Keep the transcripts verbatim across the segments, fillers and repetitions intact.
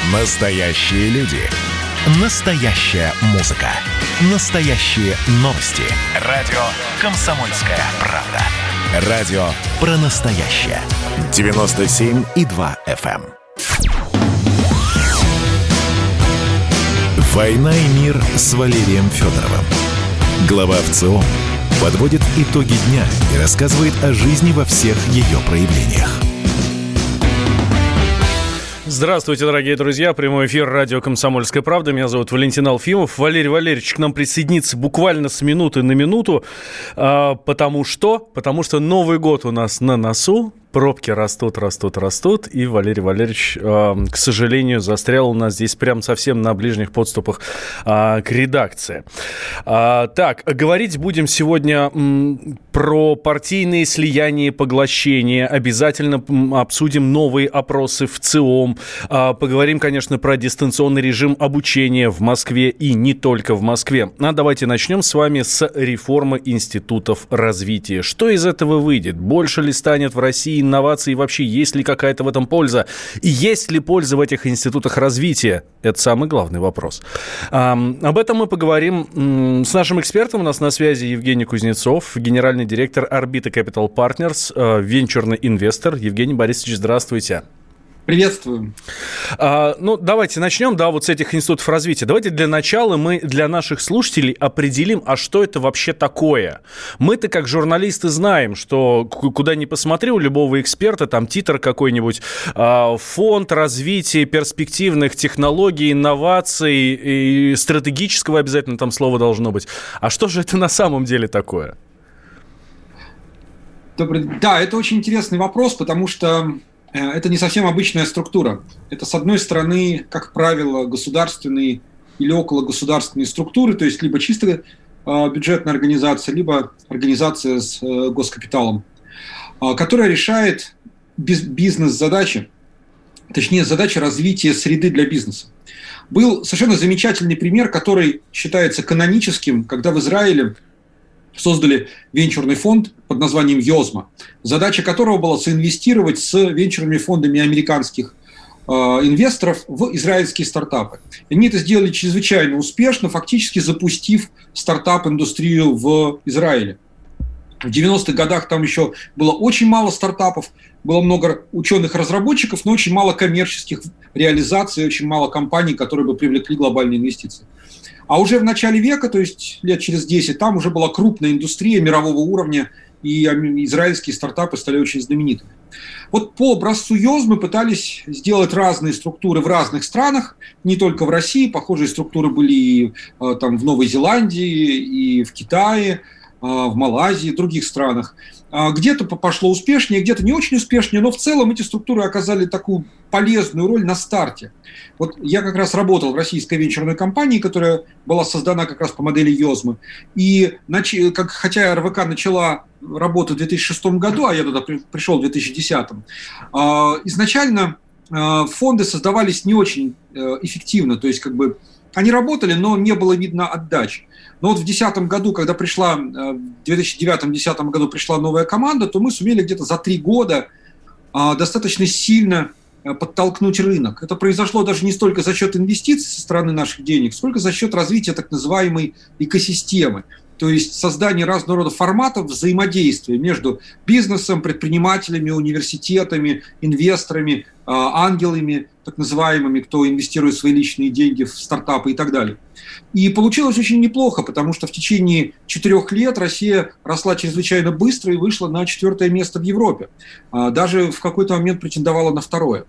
Настоящие люди. Настоящая музыка. Настоящие новости. Радио «Комсомольская правда». Радио про настоящее. девяносто семь и два эф эм. «Война и мир» с Валерием Федоровым. Глава ВЦИОМ подводит итоги дня и рассказывает о жизни во всех ее проявлениях. Здравствуйте, дорогие друзья. Прямой эфир радио «Комсомольская правда». Меня зовут Валентин Алфимов. Валерий Валерьевич к нам присоединится буквально с минуты на минуту. А, потому что? Потому что Новый год у нас на носу. Пробки растут, растут, растут. И Валерий Валерьевич, э, к сожалению, застрял у нас здесь прям совсем на ближних подступах э, к редакции. А, так, говорить будем сегодня м, про партийные слияния и поглощения. Обязательно м, обсудим новые опросы в ЦИОМ. А, поговорим, конечно, про дистанционный режим обучения в Москве и не только в Москве. А давайте начнем с вами с реформы институтов развития. Что из этого выйдет? Больше ли станет в России инноваций, и вообще есть ли какая-то в этом польза? И есть ли польза в этих институтах развития? Это самый главный вопрос. А, об этом мы поговорим м, с нашим экспертом. У нас на связи Евгений Кузнецов, генеральный директор Orbita Capital Partners, э, венчурный инвестор. Евгений Борисович, здравствуйте. Приветствую. А, ну, давайте начнем, да, вот с этих институтов развития. Давайте для начала мы для наших слушателей определим, а что это вообще такое. Мы-то, как журналисты, знаем, что куда ни посмотри, у любого эксперта там титр какой-нибудь, а, фонд развития перспективных технологий, инноваций и стратегического обязательно там слово должно быть. А что же это на самом деле такое? Добрый... Да, это очень интересный вопрос, потому что это не совсем обычная структура. Это, с одной стороны, как правило, государственные или окологосударственные структуры, то есть либо чисто бюджетная организация, либо организация с госкапиталом, которая решает бизнес-задачи, точнее, задачи развития среды для бизнеса. Был совершенно замечательный пример, который считается каноническим, когда в Израиле создали венчурный фонд под названием «Йозма», задача которого была соинвестировать с венчурными фондами американских э, инвесторов в израильские стартапы. И они это сделали чрезвычайно успешно, фактически запустив стартап-индустрию в Израиле. В девяностых годах там еще было очень мало стартапов, было много ученых-разработчиков, но очень мало коммерческих реализаций, очень мало компаний, которые бы привлекли глобальные инвестиции. А уже в начале века, то есть лет через десять, там уже была крупная индустрия мирового уровня, и израильские стартапы стали очень знаменитыми. Вот по образцу Йозмы пытались сделать разные структуры в разных странах, не только в России, похожие структуры были и там, в Новой Зеландии, и в Китае, в Малайзии, в других странах. Где-то пошло успешнее, где-то не очень успешнее, но в целом эти структуры оказали такую полезную роль на старте. Вот я как раз работал в российской венчурной компании, которая была создана как раз по модели Йозмы. И как, хотя эр вэ ка начала работу в две тысячи шестом году, а я туда пришел в две тысячи десятом, изначально фонды создавались не очень эффективно, то есть как бы они работали, но не было видно отдачи. Но вот в две тысячи десятом году, когда пришла, в две тысячи девятом — две тысячи десятом году пришла новая команда, то мы сумели где-то за три года а, достаточно сильно подтолкнуть рынок. Это произошло даже не столько за счет инвестиций со стороны наших денег, сколько за счет развития так называемой экосистемы. То есть создание разного рода форматов взаимодействия между бизнесом, предпринимателями, университетами, инвесторами, ангелами, так называемыми, кто инвестирует свои личные деньги в стартапы и так далее. И получилось очень неплохо, потому что в течение четырех лет Россия росла чрезвычайно быстро и вышла на четвертое место в Европе. Даже в какой-то момент претендовала на второе.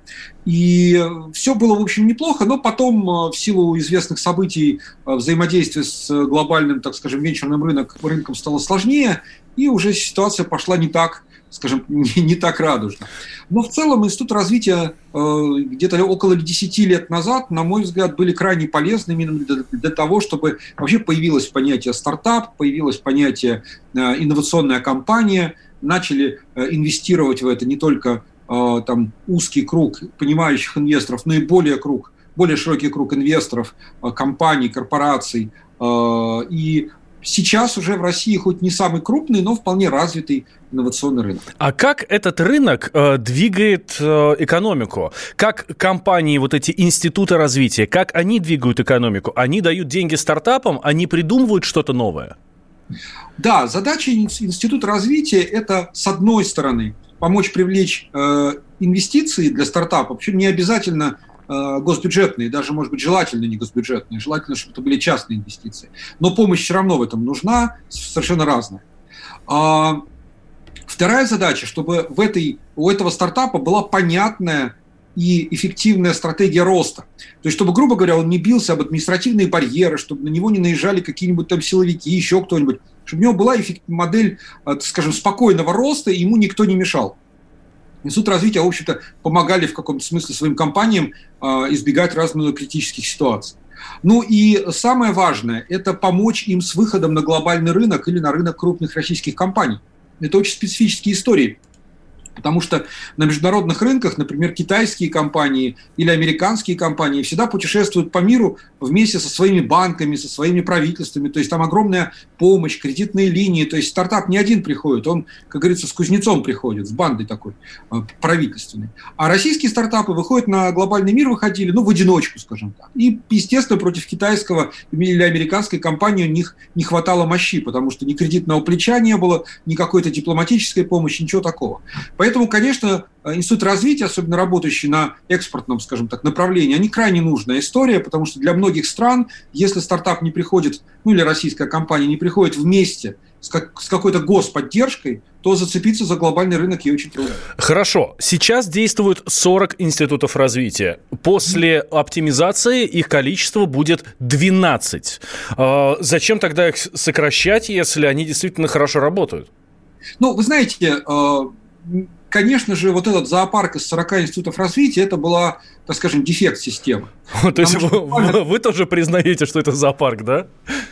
И все было, в общем, неплохо, но потом в силу известных событий взаимодействие с глобальным, так скажем, венчурным рынком, рынком стало сложнее, и уже ситуация пошла не так, скажем, не, не так радужно. Но в целом институт развития э, где-то около десяти лет назад, на мой взгляд, были крайне полезными для, для того, чтобы вообще появилось понятие стартап, появилось понятие э, инновационная компания, начали э, инвестировать в это не только э, там, узкий круг понимающих инвесторов, но и более, круг, более широкий круг инвесторов, э, компаний, корпораций. Э, и сейчас уже в России хоть не самый крупный, но вполне развитый инновационный рынок. А как этот рынок э, двигает э, экономику? Как компании, вот эти институты развития, как они двигают экономику? Они дают деньги стартапам, они придумывают что-то новое? Да, задача института развития – это, с одной стороны, помочь привлечь э, инвестиции для стартапов, причем не обязательно э, госбюджетные, даже, может быть, желательно не госбюджетные, желательно, чтобы это были частные инвестиции. Но помощь все равно в этом нужна, совершенно разная. А, вторая задача, чтобы в этой, у этого стартапа была понятная и эффективная стратегия роста. То есть, чтобы, грубо говоря, он не бился об административные барьеры, чтобы на него не наезжали какие-нибудь там силовики, еще кто-нибудь, чтобы у него была модель, скажем, спокойного роста, и ему никто не мешал. Институт развития, в общем-то, помогали в каком-то смысле своим компаниям избегать разных критических ситуаций. Ну и самое важное – это помочь им с выходом на глобальный рынок или на рынок крупных российских компаний. Это очень специфические истории. Потому что на международных рынках, например, китайские компании или американские компании всегда путешествуют по миру вместе со своими банками, со своими правительствами. То есть там огромная помощь, кредитные линии. То есть стартап не один приходит, он, как говорится, с кузнецом приходит, с бандой такой правительственной. А российские стартапы выходят на глобальный мир, выходили, ну, в одиночку, скажем так. И, естественно, против китайского или американской компании у них не хватало мощи, потому что ни кредитного плеча не было, ни какой-то дипломатической помощи, ничего такого. Поэтому, конечно, институт развития, особенно работающий на экспортном, скажем так, направлении, они крайне нужная история, потому что для многих стран, если стартап не приходит, ну или российская компания не приходит вместе с, как, с какой-то господдержкой, то зацепиться за глобальный рынок ей очень трудно. Хорошо. Сейчас действуют сорок институтов развития. После оптимизации их количество будет двенадцать. А зачем тогда их сокращать, если они действительно хорошо работают? Ну, вы знаете, конечно же, вот этот зоопарк из сорока институтов развития, это была, так скажем, дефект системы. То есть вы, вы, вы тоже признаете, что это зоопарк, да?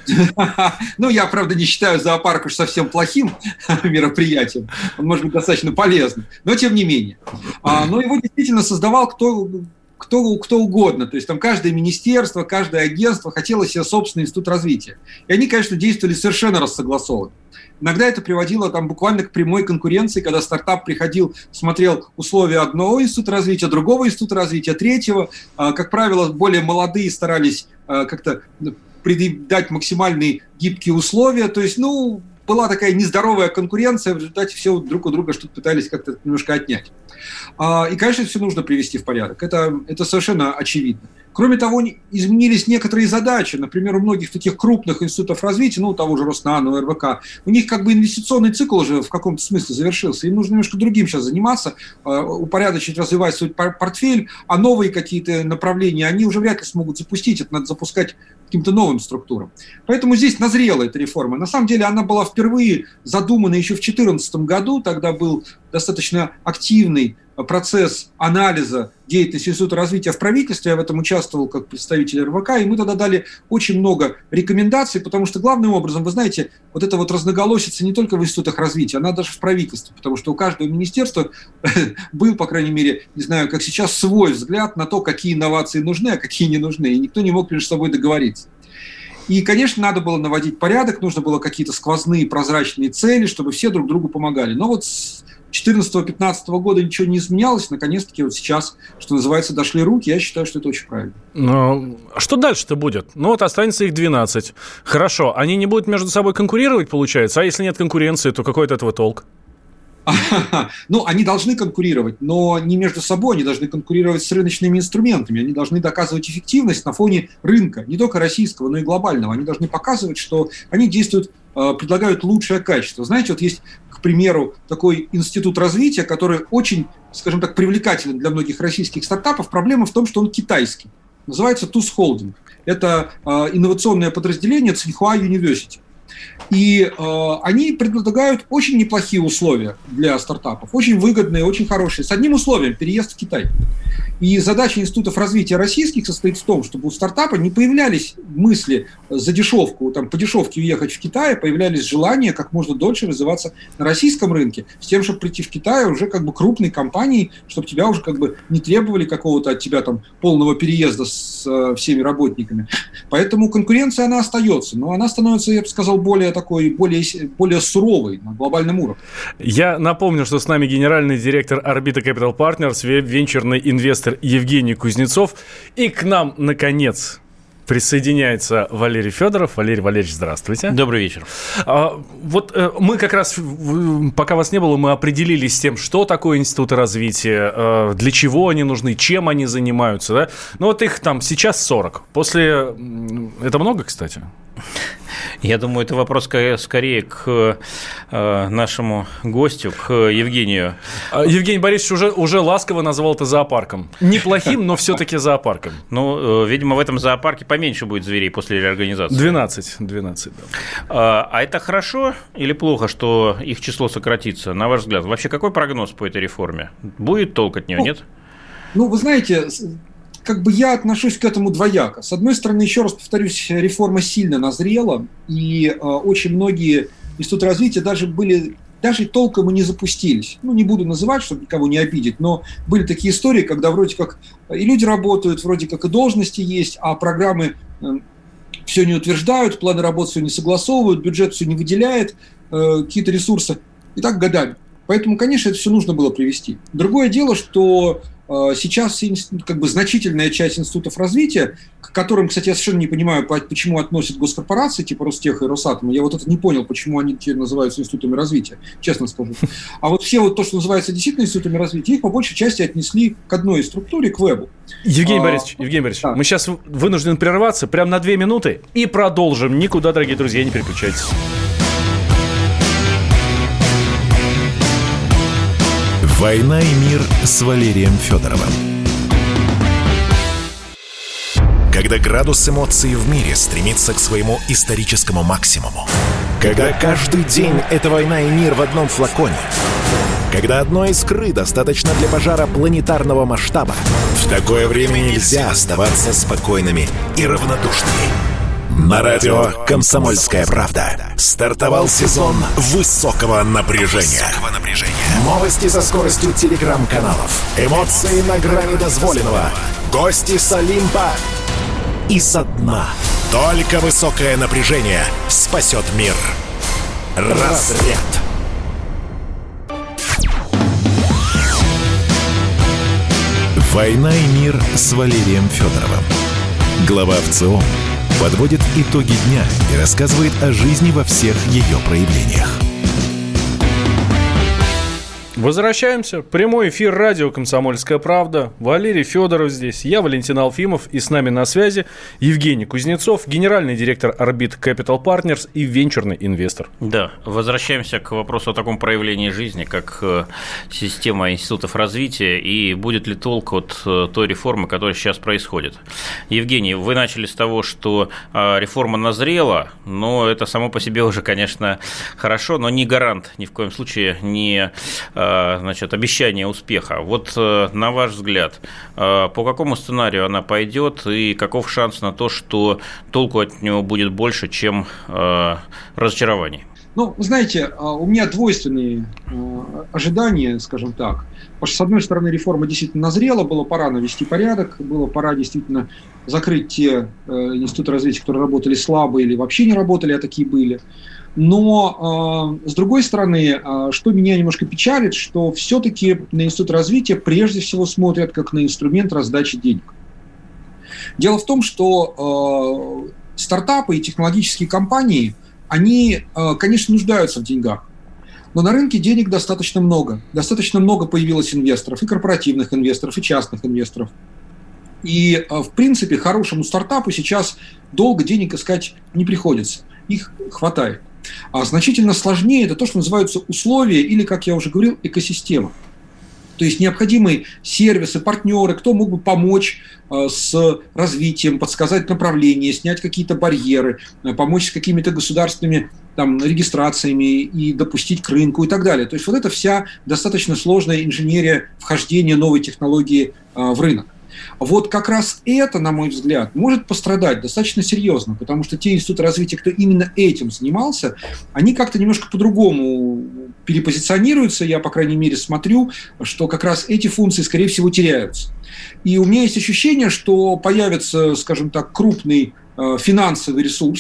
Ну, я, правда, не считаю зоопарк уж совсем плохим мероприятием. Он может быть достаточно полезным, но тем не менее. Но его действительно создавал кто... Кто, кто угодно. То есть там каждое министерство, каждое агентство хотело себе собственный институт развития. И они, конечно, действовали совершенно рассогласованно. Иногда это приводило там, буквально к прямой конкуренции, когда стартап приходил, смотрел условия одного института развития, другого института развития, третьего. Как правило, более молодые старались как-то дать максимальные гибкие условия. То есть, ну, была такая нездоровая конкуренция, в результате все друг у друга что-то пытались как-то немножко отнять. И, конечно, все нужно привести в порядок. Это, это совершенно очевидно. Кроме того, изменились некоторые задачи. Например, у многих таких крупных институтов развития, ну, у того же Роснано, эр вэ ка, у них как бы инвестиционный цикл уже в каком-то смысле завершился. Им нужно немножко другим сейчас заниматься, упорядочить, развивать свой портфель, а новые какие-то направления они уже вряд ли смогут запустить. Это надо запускать каким-то новым структурам. Поэтому здесь назрела эта реформа. На самом деле она была впервые задумана еще в две тысячи четырнадцатом году. Тогда был достаточно активный процесс анализа деятельности Института развития в правительстве. Я в этом участвовал как представитель эр вэ ка, и мы тогда дали очень много рекомендаций, потому что главным образом, вы знаете, вот эта вот разноголосица не только в институтах развития, она даже в правительстве, потому что у каждого министерства был, по крайней мере, не знаю, как сейчас, свой взгляд на то, какие инновации нужны, а какие не нужны, и никто не мог между собой договориться. И, конечно, надо было наводить порядок, нужно было какие-то сквозные прозрачные цели, чтобы все друг другу помогали. Но вот с две тысячи четырнадцатого-пятнадцатого года ничего не изменялось. Наконец-таки вот сейчас, что называется, дошли руки. Я считаю, что это очень правильно. Но что дальше-то будет? Ну вот останется их двенадцать. Хорошо, они не будут между собой конкурировать, получается? А если нет конкуренции, то какой от этого толк? Ну, они должны конкурировать, но не между собой, они должны конкурировать с рыночными инструментами, они должны доказывать эффективность на фоне рынка, не только российского, но и глобального. Они должны показывать, что они действуют, предлагают лучшее качество. Знаете, вот есть, к примеру, такой институт развития, который очень, скажем так, привлекателен для многих российских стартапов. Проблема в том, что он китайский. Называется туз Holding. Это инновационное подразделение Цинхуа University. И э, они предлагают очень неплохие условия для стартапов, очень выгодные, очень хорошие, с одним условием – переезд в Китай. И задача институтов развития российских состоит в том, чтобы у стартапа не появлялись мысли за дешевку, там, по дешевке уехать в Китай, появлялись желания как можно дольше развиваться на российском рынке, с тем, чтобы прийти в Китай уже как бы крупной компанией, чтобы тебя уже как бы не требовали какого-то от тебя там полного переезда с э, всеми работниками. Поэтому конкуренция, она остается, но она становится, я бы сказал, более такой, более, более суровый на глобальном уровне. Я напомню, что с нами генеральный директор Orbita Capital Partners, венчурный инвестор Евгений Кузнецов. И к нам, наконец, присоединяется Валерий Федоров. Валерий Валерьевич, здравствуйте. Добрый вечер. А, вот э, мы как раз, пока вас не было, мы определились с тем, что такое институты развития, э, для чего они нужны, чем они занимаются. Да? Ну вот их там сейчас сорок. После... Это много, кстати? Я думаю, это вопрос скорее к э, нашему гостю, к Евгению. Евгений Борисович уже, уже ласково назвал это зоопарком. Неплохим, но все-таки зоопарком. Ну, э, видимо, в этом зоопарке поменьше будет зверей после реорганизации. двенадцать, двенадцать, да. А, а это хорошо или плохо, что их число сократится, на ваш взгляд? Вообще, какой прогноз по этой реформе? Будет толк от нее, ну, нет? Ну, вы знаете... Как бы я отношусь к этому двояко. С одной стороны, еще раз повторюсь, реформа сильно назрела, и э, очень многие институты развития даже были, даже толком и не запустились. Ну, не буду называть, чтобы никого не обидеть, но были такие истории, когда вроде как и люди работают, вроде как и должности есть, а программы э, все не утверждают, планы работы все не согласовывают, бюджет все не выделяет, э, какие-то ресурсы, и так годами. Поэтому, конечно, это все нужно было привести. Другое дело, что сейчас как бы значительная часть институтов развития, к которым, кстати, я совершенно не понимаю, почему относят госкорпорации типа Ростеха и Росатома. Я вот это не понял, почему они теперь называются институтами развития, честно скажу. А вот все вот то, что называется действительно институтами развития, их по большей части отнесли к одной структуре, к вебу. Евгений а, Борисович, Евгений Борисович, да. Мы сейчас вынуждены прерваться прямо на две минуты и продолжим. Никуда, дорогие друзья, не переключайтесь. «Война и мир» с Валерием Федоровым. Когда градус эмоций в мире стремится к своему историческому максимуму. Когда каждый день — это война и мир в одном флаконе. Когда одной искры достаточно для пожара планетарного масштаба. В такое время нельзя оставаться спокойными и равнодушными. На радио «Комсомольская правда» стартовал сезон высокого напряжения. Высокого напряжения. Новости со скоростью телеграм-каналов. Эмоции на грани дозволенного. Гости с Олимпа и со дна. Только высокое напряжение спасет мир. Разряд. «Война и мир» с Валерием Федоровым. Глава ВЦИОМ подводит итоги дня и рассказывает о жизни во всех ее проявлениях. Возвращаемся. Прямой эфир радио «Комсомольская правда». Валерий Федоров здесь. Я Валентин Алфимов. И с нами на связи Евгений Кузнецов, генеральный директор Orbita Capital Partners и венчурный инвестор. Да, возвращаемся к вопросу о таком проявлении жизни, как система институтов развития, и будет ли толк от той реформы, которая сейчас происходит. Евгений, вы начали с того, что реформа назрела, но это само по себе уже, конечно, хорошо, но не гарант, ни в коем случае не... значит, обещание успеха. Вот на ваш взгляд, по какому сценарию она пойдет и каков шанс на то, что толку от него будет больше, чем разочарований? Ну, вы знаете, у меня двойственные ожидания, скажем так. Потому что, с одной стороны, реформа действительно назрела, было пора навести порядок, было пора действительно закрыть те институты развития, которые работали слабо или вообще не работали, а такие были. Но, э, с другой стороны, э, что меня немножко печалит, что все-таки на институт развития прежде всего смотрят как на инструмент раздачи денег. Дело в том, что э, стартапы и технологические компании, они, э, конечно, нуждаются в деньгах. Но на рынке денег достаточно много. Достаточно много появилось инвесторов, и корпоративных инвесторов, и частных инвесторов. И, э, в принципе, хорошему стартапу сейчас долго денег искать не приходится. Их хватает. А значительно сложнее это то, что называются условия или, как я уже говорил, экосистема. То есть необходимые сервисы, партнеры, кто мог бы помочь э, с развитием, подсказать направление, снять какие-то барьеры, э, помочь с какими-то государственными там, регистрациями и допустить к рынку и так далее. То есть вот это вся достаточно сложная инженерия вхождения новой технологии э, в рынок. Вот как раз это, на мой взгляд, может пострадать достаточно серьезно, потому что те институты развития, кто именно этим занимался, они как-то немножко по-другому перепозиционируются. Я, по крайней мере, смотрю, что как раз эти функции, скорее всего, теряются. И у меня есть ощущение, что появится, скажем так, крупный э, финансовый ресурс,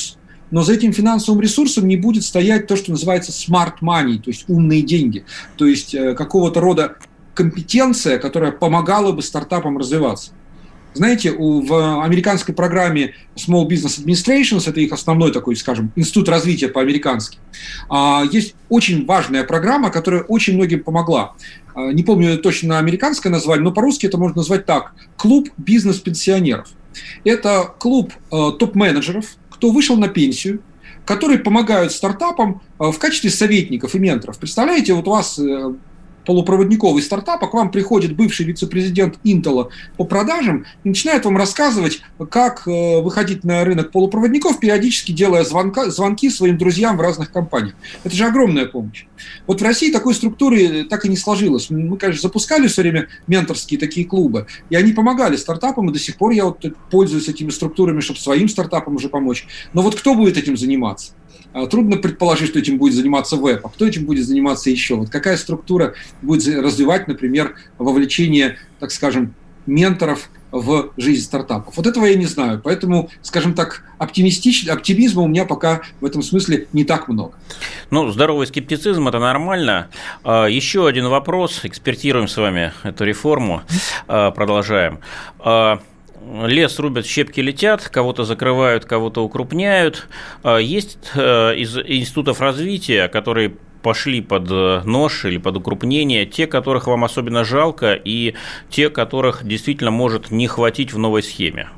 но за этим финансовым ресурсом не будет стоять то, что называется smart money, то есть умные деньги, то есть какого-то рода компетенция, которая помогала бы стартапам развиваться. Знаете, в американской программе Small Business Administration, это их основной такой, скажем, институт развития по-американски, есть очень важная программа, которая очень многим помогла. Не помню точно американское название, но по-русски это можно назвать так: клуб бизнес-пенсионеров. Это клуб топ-менеджеров, кто вышел на пенсию, которые помогают стартапам в качестве советников и менторов. Представляете, вот у вас полупроводниковый стартап, а к вам приходит бывший вице-президент Intel по продажам и начинает вам рассказывать, как выходить на рынок полупроводников, периодически делая звонка, звонки своим друзьям в разных компаниях. Это же огромная помощь. Вот в России такой структуры так и не сложилось. Мы, конечно, запускали все время менторские такие клубы, и они помогали стартапам, и до сих пор я вот пользуюсь этими структурами, чтобы своим стартапам уже помочь. Но вот кто будет этим заниматься? Трудно предположить, что этим будет заниматься веб, а кто этим будет заниматься еще? Вот какая структура будет развивать, например, вовлечение, так скажем, менторов в жизнь стартапов? Вот этого я не знаю. Поэтому, скажем так, оптимистич... оптимизма у меня пока в этом смысле не так много. Ну, здоровый скептицизм – это нормально. Еще один вопрос. Экспертируем с вами эту реформу. Продолжаем. Лес рубят, щепки летят, кого-то закрывают, кого-то укрупняют. Есть из институтов развития, которые пошли под нож или под укрупнение, те, которых вам особенно жалко, и те, которых действительно может не хватить в новой схеме?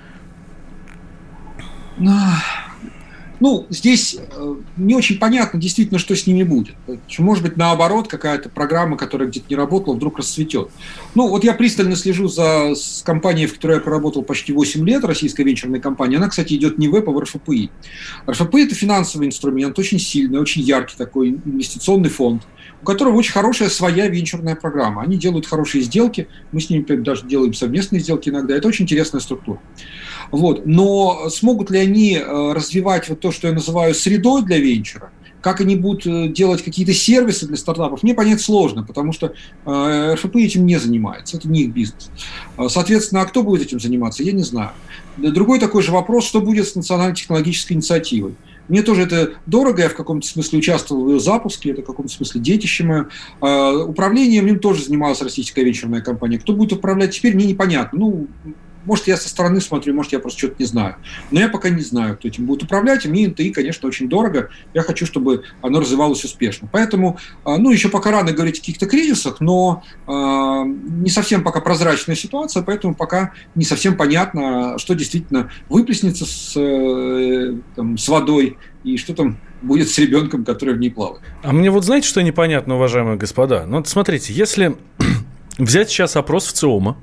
Ну, здесь не очень понятно действительно, что с ними будет. Может быть, наоборот, какая-то программа, которая где-то не работала, вдруг расцветет. Ну, вот я пристально слежу за с компанией, в которой я проработал почти восемь лет, российская венчурная компания. Она, кстати, идет не в ВЭП, а в эр эф пэ и. эр эф пэ и – это финансовый инструмент, очень сильный, очень яркий такой инвестиционный фонд, у которого очень хорошая своя венчурная программа. Они делают хорошие сделки, мы с ними даже делаем совместные сделки иногда. Это очень интересная структура. Вот. Но смогут ли они развивать вот то, что я называю средой для венчура, как они будут делать какие-то сервисы для стартапов, мне понять сложно, потому что эр эф пэ этим не занимается, это не их бизнес. Соответственно, а кто будет этим заниматься, я не знаю. Другой такой же вопрос, что будет с национальной технологической инициативой. Мне тоже это дорого, я в каком-то смысле участвовал в ее запуске, это в каком-то смысле детище мое. Управлением им тоже занималась российская венчурная компания. Кто будет управлять теперь, мне непонятно. Ну, может, я со стороны смотрю, может, я просто что-то не знаю. Но я пока не знаю, кто этим будет управлять. И мне эн тэ и, конечно, очень дорого. Я хочу, чтобы оно развивалось успешно. Поэтому, ну, еще пока рано говорить о каких-то кризисах, но э, не совсем пока прозрачная ситуация, поэтому пока не совсем понятно, что действительно выплеснется с, э, там, с водой и что там будет с ребенком, который в ней плавает. А мне вот знаете, что непонятно, уважаемые господа? Ну, вот смотрите, если взять сейчас опрос в ЦИОМа,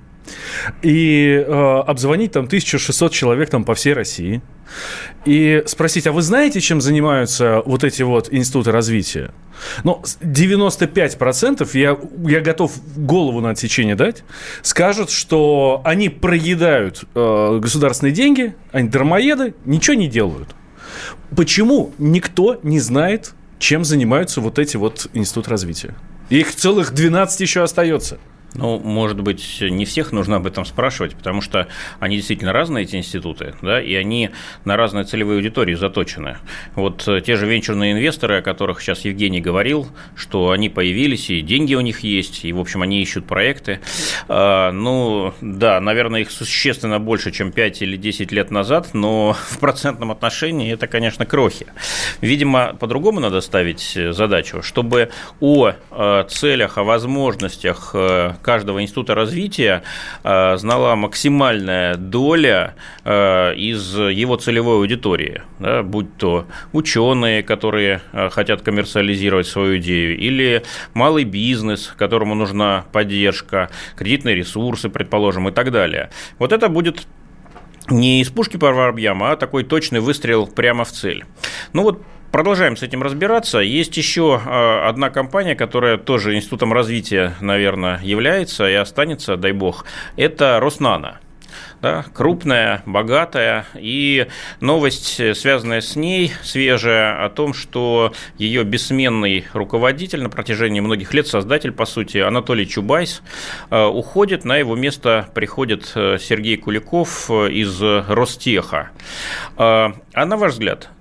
и э, обзвонить там тысячу шестьсот человек там по всей России и спросить, а вы знаете, чем занимаются вот эти вот институты развития? Ну, девяносто пять процентов, я, я готов голову на отсечение дать, скажут, что они проедают э, государственные деньги, они дармоеды, ничего не делают. Почему никто не знает, чем занимаются вот эти вот институты развития? Их целых двенадцать еще остается. Ну, может быть, не всех нужно об этом спрашивать, потому что они действительно разные, эти институты, да, и они на разные целевые аудитории заточены. Вот те же венчурные инвесторы, о которых сейчас Евгений говорил, что они появились, и деньги у них есть, и, в общем, они ищут проекты. А, ну, да, наверное, их существенно больше, чем пять или десять лет назад, но в процентном отношении это, конечно, крохи. Видимо, по-другому надо ставить задачу, чтобы о целях, о возможностях каждого института развития э, знала максимальная доля э, из его целевой аудитории, да, будь то ученые, которые э, хотят коммерциализировать свою идею, или малый бизнес, которому нужна поддержка, кредитные ресурсы, предположим, и так далее. Вот это будет не из пушки по воробьям, а такой точный выстрел прямо в цель. Ну вот, продолжаем с этим разбираться. Есть еще одна компания, которая тоже институтом развития, наверное, является и останется, дай бог, это Роснано. Да, крупная, богатая, и новость, связанная с ней, свежая, о том, что ее бессменный руководитель на протяжении многих лет, создатель, по сути, Анатолий Чубайс, уходит, на его место приходит Сергей Куликов из Ростеха. А на ваш взгляд,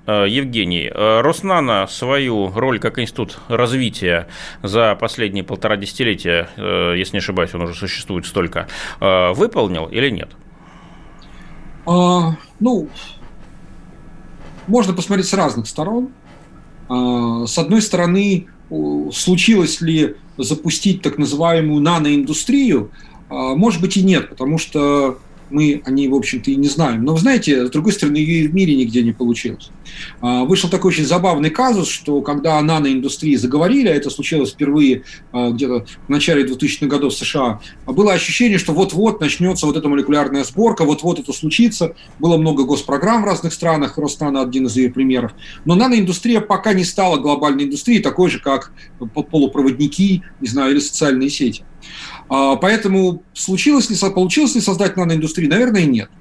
Евгений, Роснано свою роль как институт развития за последние полтора десятилетия, если не ошибаюсь, он уже существует столько, выполнил или нет? А, ну, можно посмотреть с разных сторон. А, с одной стороны, случилось ли запустить так называемую наноиндустрию? А, может быть и нет, потому что мы о ней, в общем-то, и не знаем. Но, вы знаете, с другой стороны, ее и в мире нигде не получилось. Вышел такой очень забавный казус, что когда о наноиндустрии заговорили, а это случилось впервые где-то в начале двухтысячных годов в США, было ощущение, что вот-вот начнется вот эта молекулярная сборка, вот-вот это случится. Было много госпрограмм в разных странах, Роснано один из ее примеров. Но наноиндустрия пока не стала глобальной индустрией, такой же, как полупроводники, не знаю, или социальные сети. Поэтому случилось ли, получилось ли создать наноиндустрию? Наверное, нет.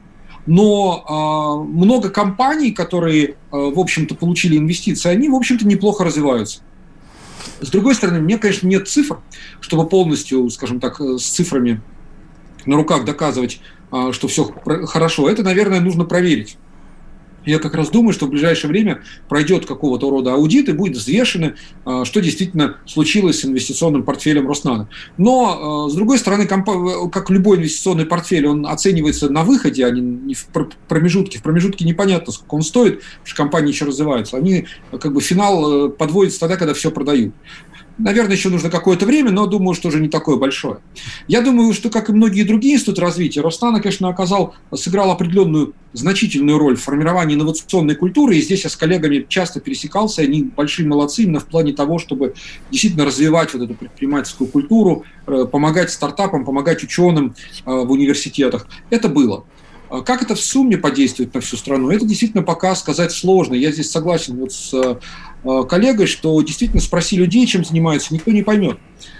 Но э, много компаний, которые, э, в общем-то, получили инвестиции, они, в общем-то, неплохо развиваются. С другой стороны, мне, конечно, нет цифр, чтобы полностью, скажем так, с цифрами на руках доказывать, э, что все хорошо. Это, наверное, нужно проверить. Я как раз думаю, что в ближайшее время пройдет какого-то рода аудит и будет взвешено, что действительно случилось с инвестиционным портфелем Роснано. Но, с другой стороны, как любой инвестиционный портфель, он оценивается на выходе, а не в промежутке. В промежутке непонятно, сколько он стоит, потому что компании еще развиваются. Они, как бы, финал подводятся тогда, когда все продают. Наверное, еще нужно какое-то время, но думаю, что уже не такое большое. Я думаю, что, как и многие другие институты развития, Роснано, конечно, оказал, сыграл определенную значительную роль в формировании инновационной культуры, и здесь я с коллегами часто пересекался, они большие молодцы именно в плане того, чтобы действительно развивать вот эту предпринимательскую культуру, помогать стартапам, помогать ученым в университетах. Это было. Как это в сумме подействует на всю страну, это действительно пока сказать сложно. Я здесь согласен вот с коллегой, что действительно спроси людей, чем занимаются, никто не поймет.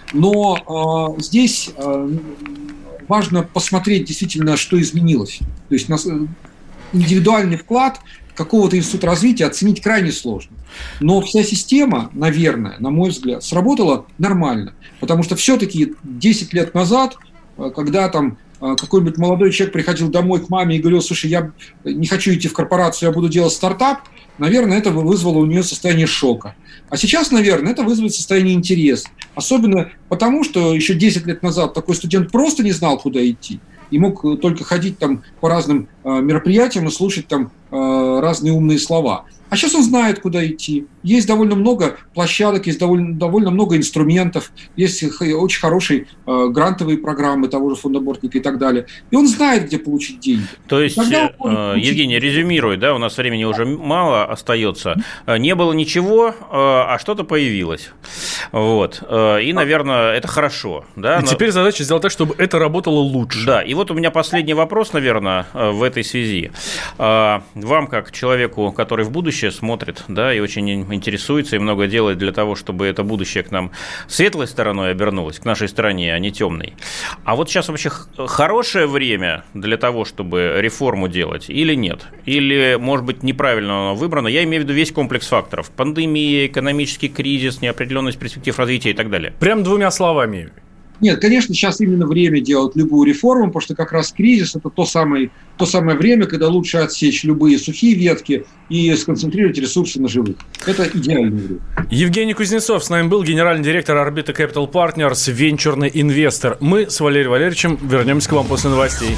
Но э, здесь э, важно посмотреть действительно, что изменилось. То есть нас, индивидуальный вклад какого-то института развития оценить крайне сложно. Но вся система, наверное, на мой взгляд, сработала нормально. Потому что все-таки десять лет назад, когда там какой-нибудь молодой человек приходил домой к маме и говорил: слушай, я не хочу идти в корпорацию, я буду делать стартап, наверное, это вызвало у нее состояние шока. А сейчас, наверное, это вызовет состояние интереса. Особенно потому, что еще десять лет назад такой студент просто не знал, куда идти. И мог только ходить там по разным э, мероприятиям и слушать там э, разные умные слова. А сейчас он знает, куда идти. Есть довольно много площадок, есть довольно, довольно много инструментов, есть очень хорошие э, грантовые программы того же фонда Бортника и так далее. И он знает, где получить деньги. То есть, э, получить... Евгений, резюмируй, да, у нас времени уже мало остается. Не было ничего, э, а что-то появилось. Вот. Э, и, наверное, это хорошо. Да? И теперь задача сделать так, чтобы это работало лучше. Да, и вот у меня последний вопрос, наверное, в этой связи. Э, вам, как человеку, который в будущем смотрит, да, и очень интересуется, и много делает для того, чтобы это будущее к нам светлой стороной обернулось, к нашей стране, а не темной. А вот сейчас вообще хорошее время для того, чтобы реформу делать или нет? Или, может быть, неправильно оно выбрано? Я имею в виду весь комплекс факторов. Пандемия, экономический кризис, неопределенность перспектив развития и так далее. Прям двумя словами. Нет, конечно, сейчас именно время делать любую реформу, потому что как раз кризис – это то самое, то самое время, когда лучше отсечь любые сухие ветки и сконцентрировать ресурсы на живых. Это идеальное время. Евгений Кузнецов с нами был, генеральный директор Orbita Capital Partners, венчурный инвестор. Мы с Валерием Валерьевичем вернемся к вам после новостей.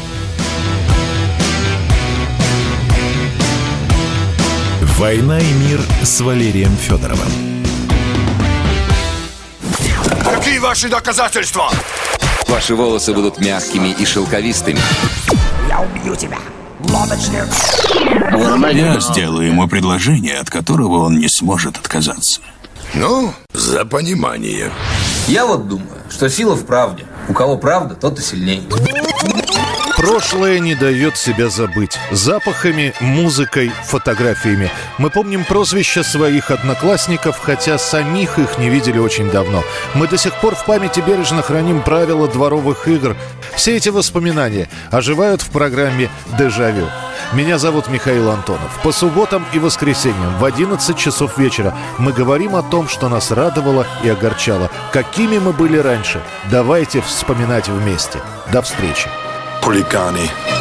«Война и мир» с Валерием Федоровым. Какие ваши доказательства? Ваши волосы будут мягкими и шелковистыми. Я убью тебя, лодочник. Я сделаю ему предложение, от которого он не сможет отказаться. Ну, за понимание. Я вот думаю, что сила в правде. У кого правда, тот и сильней. Прошлое не дает себя забыть. Запахами, музыкой, фотографиями. Мы помним прозвища своих одноклассников, хотя самих их не видели очень давно. Мы до сих пор в памяти бережно храним правила дворовых игр. Все эти воспоминания оживают в программе «Дежавю». Меня зовут Михаил Антонов. По субботам и воскресеньям в одиннадцать часов вечера мы говорим о том, что нас радовало и огорчало. Какими мы были раньше. Давайте вспоминать вместе. До встречи. Хулиганы.